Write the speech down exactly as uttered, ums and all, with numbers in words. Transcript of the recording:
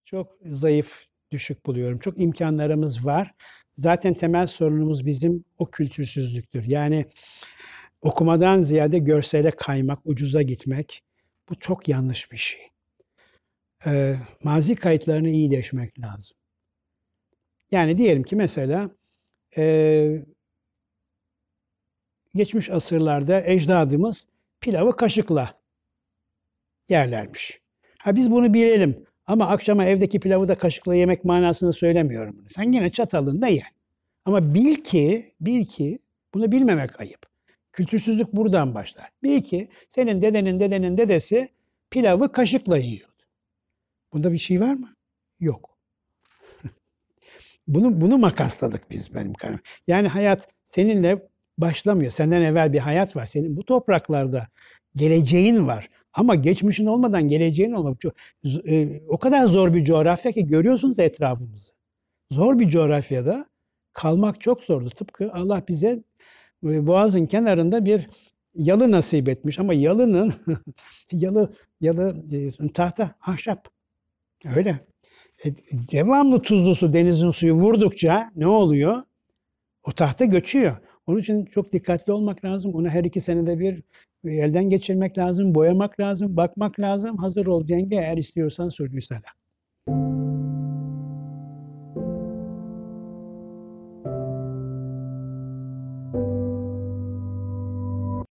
çok zayıf, düşük buluyorum. Çok imkanlarımız var. Zaten temel sorunumuz bizim o kültürsüzlüktür. Yani okumadan ziyade görsele kaymak, ucuza gitmek. Bu çok yanlış bir şey. Ee, mazi kayıtlarını iyi deşmek lazım. Yani diyelim ki mesela e, geçmiş asırlarda ecdadımız pilavı kaşıkla yerlermiş. Ha biz bunu bilelim ama akşama evdeki pilavı da kaşıkla yemek manasını söylemiyorum bunu. Sen yine çatalında ye. Ama bil ki, bil ki bunu bilmemek ayıp. Kültürsüzlük buradan başlar. Bil ki senin dedenin dedenin dedesi pilavı kaşıkla yiyordu. Bunda bir şey var mı? Yok. Bunu bunu makasladık biz benim karım. Yani hayat seninle başlamıyor. Senden evvel bir hayat var. Senin bu topraklarda geleceğin var. Ama geçmişin olmadan geleceğin olmak çok e, o kadar zor bir coğrafya ki görüyorsunuz etrafımızı. Zor bir coğrafyada kalmak çok zordu. Tıpkı Allah bize e, Boğaz'ın kenarında bir yalı nasip etmiş ama yalının yalı yalı e, tahta, ahşap. Öyle. E, devamlı tuzlu su, denizin suyu vurdukça ne oluyor? O tahta göçüyor. Onun için çok dikkatli olmak lazım. Onu her iki senede bir elden geçirmek lazım, boyamak lazım, bakmak lazım. Hazır ol Cenge eğer istiyorsan sürgü sana.